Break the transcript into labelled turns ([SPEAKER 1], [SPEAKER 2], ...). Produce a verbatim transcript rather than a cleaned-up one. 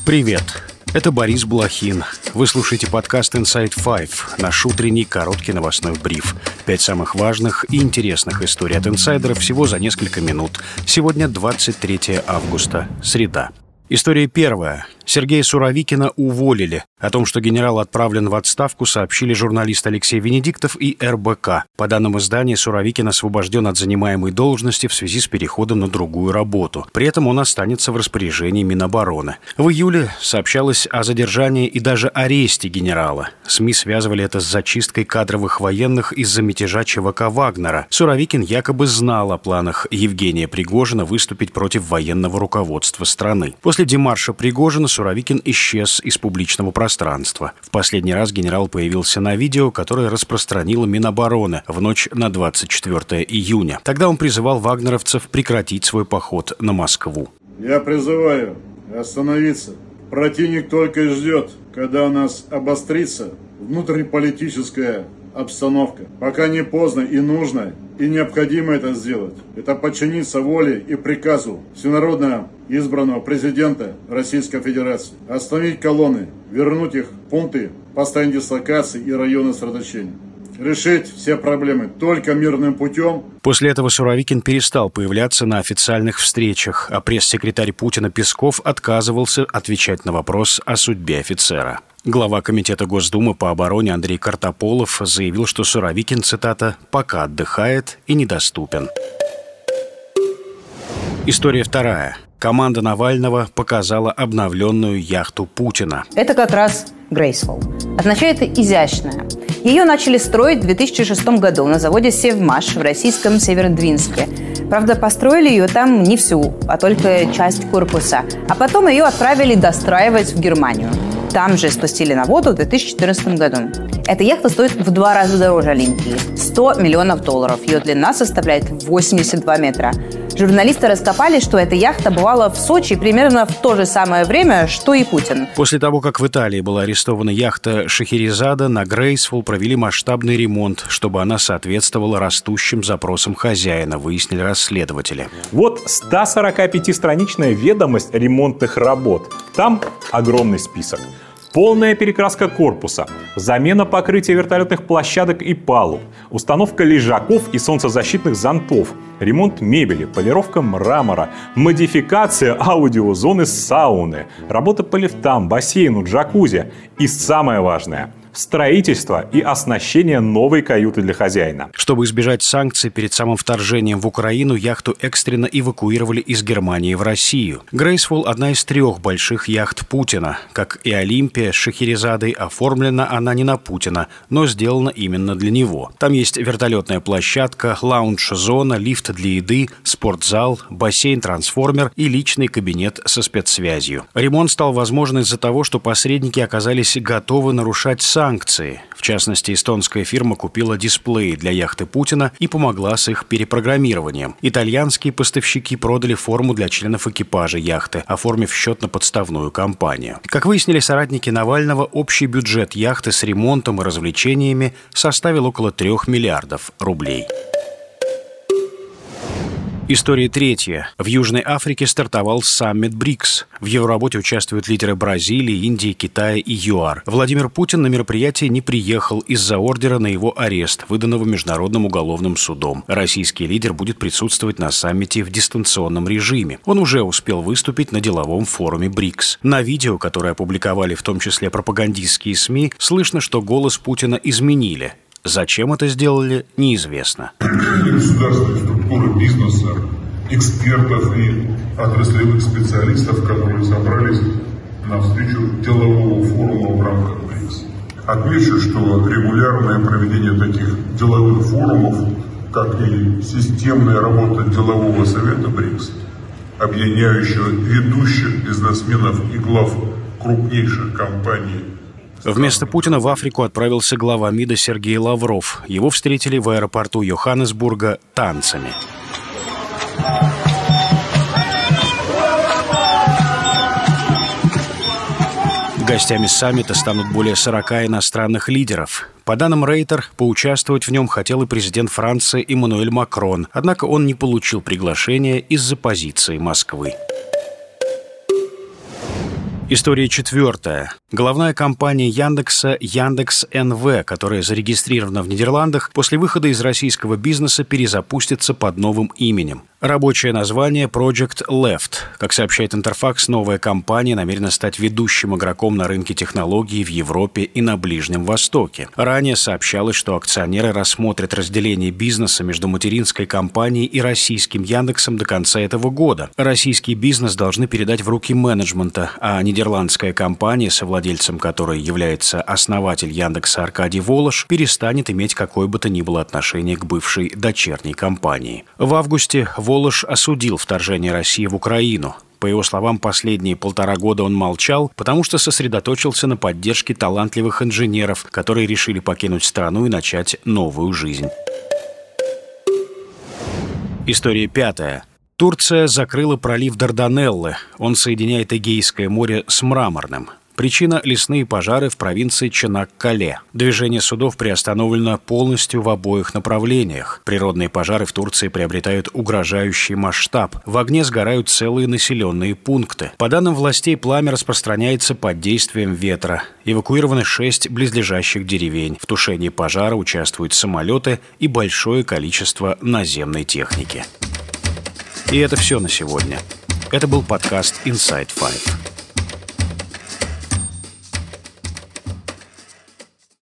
[SPEAKER 1] Привет, это Борис Блохин. Вы слушаете подкаст Inside Five, наш утренний короткий новостной бриф. Пять самых важных и интересных историй от инсайдеров всего за несколько минут. Сегодня двадцать третье августа, среда. История первая. Сергея Суровикина уволили. О том, что генерал отправлен в отставку, сообщили журналист Алексей Венедиктов и эр бэ ка. По данным издания, Суровикин освобожден от занимаемой должности в связи с переходом на другую работу. При этом он останется в распоряжении Минобороны. В июле сообщалось о задержании и даже аресте генерала. СМИ связывали это с зачисткой кадровых военных из-за мятежа че вэ ка Вагнера. Суровикин якобы знал о планах Евгения Пригожина выступить против военного руководства страны. После демарша Пригожина Суровикин исчез из публичного пространства. В последний раз генерал появился на видео, которое распространила Минобороны в ночь на двадцать четвёртое июня. Тогда он призывал вагнеровцев прекратить свой поход на Москву.
[SPEAKER 2] Я призываю остановиться. Противник только и ждет, когда у нас обострится внутриполитическая обстановка. Пока не поздно и нужно, и необходимо это сделать. Это подчиниться воле и приказу всенародно избранного президента Российской Федерации. Остановить колонны, вернуть их в пункты постоянной дислокации и районы сосредоточения. Решить все проблемы только мирным путем.
[SPEAKER 1] После этого Суровикин перестал появляться на официальных встречах, а пресс-секретарь Путина Песков отказывался отвечать на вопрос о судьбе офицера. Глава Комитета Госдумы по обороне Андрей Картополов заявил, что Суровикин, цитата, «пока отдыхает и недоступен». История вторая. Команда Навального показала обновленную яхту Путина.
[SPEAKER 3] Это как раз Graceful. Означает изящная. Ее начали строить в две тысячи шестом году на заводе «Севмаш» в российском Северодвинске. Правда, построили ее там не всю, а только часть корпуса. А потом ее отправили достраивать в Германию. Там же спустили на воду в две тысячи четырнадцатом году. Эта яхта стоит в два раза дороже Олимпии – сто миллионов долларов. Ее длина составляет восемьдесят два метра. Журналисты раскопали, что эта яхта бывала в Сочи примерно в то же самое время, что и Путин.
[SPEAKER 1] После того, как в Италии была арестована яхта Шахерезада, на Graceful провели масштабный ремонт, чтобы она соответствовала растущим запросам хозяина, выяснили расследователи.
[SPEAKER 4] Вот сто сорок пятистраничная ведомость ремонтных работ. Там огромный список. Полная перекраска корпуса, замена покрытия вертолетных площадок и палуб, установка лежаков и солнцезащитных зонтов, ремонт мебели, полировка мрамора, модификация аудиозоны сауны, работа по лифтам, бассейну, джакузи и самое важное – строительство и оснащение новой каюты для хозяина.
[SPEAKER 1] Чтобы избежать санкций перед самым вторжением в Украину, яхту экстренно эвакуировали из Германии в Россию. Graceful – одна из трех больших яхт Путина. Как и Олимпия с Шахерезадой, оформлена она не на Путина, но сделана именно для него. Там есть вертолетная площадка, лаунж-зона, лифт для еды, спортзал, бассейн-трансформер и личный кабинет со спецсвязью. Ремонт стал возможен из-за того, что посредники оказались готовы нарушать санкции. Санкции. В частности, эстонская фирма купила дисплеи для яхты Путина и помогла с их перепрограммированием. Итальянские поставщики продали форму для членов экипажа яхты, оформив счет на подставную компанию. Как выяснили соратники Навального, общий бюджет яхты с ремонтом и развлечениями составил около трех миллиардов рублей. История третья. В Южной Африке стартовал саммит БРИКС. В его работе участвуют лидеры Бразилии, Индии, Китая и ЮАР. Владимир Путин на мероприятие не приехал из-за ордера на его арест, выданного Международным уголовным судом. Российский лидер будет присутствовать на саммите в дистанционном режиме. Он уже успел выступить на деловом форуме БРИКС. На видео, которое опубликовали в том числе пропагандистские СМИ, слышно, что голос Путина изменили. Зачем это сделали, неизвестно.
[SPEAKER 5] Государственные структуры бизнеса, экспертов и отраслевых специалистов, которые собрались на встречу делового форума в рамках БРИКС. Отмечу, что регулярное проведение таких деловых форумов, как и системная работа делового совета БРИКС, объединяющего ведущих бизнесменов и глав крупнейших компаний.
[SPEAKER 1] Вместо Путина в Африку отправился глава МИДа Сергей Лавров. Его встретили в аэропорту Йоханнесбурга танцами. Гостями саммита станут более сорока иностранных лидеров. По данным Рейтер, поучаствовать в нем хотел и президент Франции Эммануэль Макрон, однако он не получил приглашения из-за позиции Москвы. История четвертая. Головная компания Яндекса Яндекс.эн.вэ, которая зарегистрирована в Нидерландах, после выхода из российского бизнеса перезапустится под новым именем. Рабочее название Project Left. Как сообщает Интерфакс, новая компания намерена стать ведущим игроком на рынке технологий в Европе и на Ближнем Востоке. Ранее сообщалось, что акционеры рассмотрят разделение бизнеса между материнской компанией и российским Яндексом до конца этого года. Российский бизнес должны передать в руки менеджмента, а нидерландская компания, совладельцем которой является основатель Яндекса Аркадий Волош, перестанет иметь какое бы то ни было отношение к бывшей дочерней компании. В августе Волош осудил вторжение России в Украину. По его словам, последние полтора года он молчал, потому что сосредоточился на поддержке талантливых инженеров, которые решили покинуть страну и начать новую жизнь. История пятая. Турция закрыла пролив Дарданеллы. Он соединяет Эгейское море с Мраморным. Причина – лесные пожары в провинции Чанаккале. Движение судов приостановлено полностью в обоих направлениях. Природные пожары в Турции приобретают угрожающий масштаб. В огне сгорают целые населенные пункты. По данным властей, пламя распространяется под действием ветра. Эвакуированы шесть близлежащих деревень. В тушении пожара участвуют самолеты и большое количество наземной техники. И это все на сегодня. Это был подкаст Inside Five.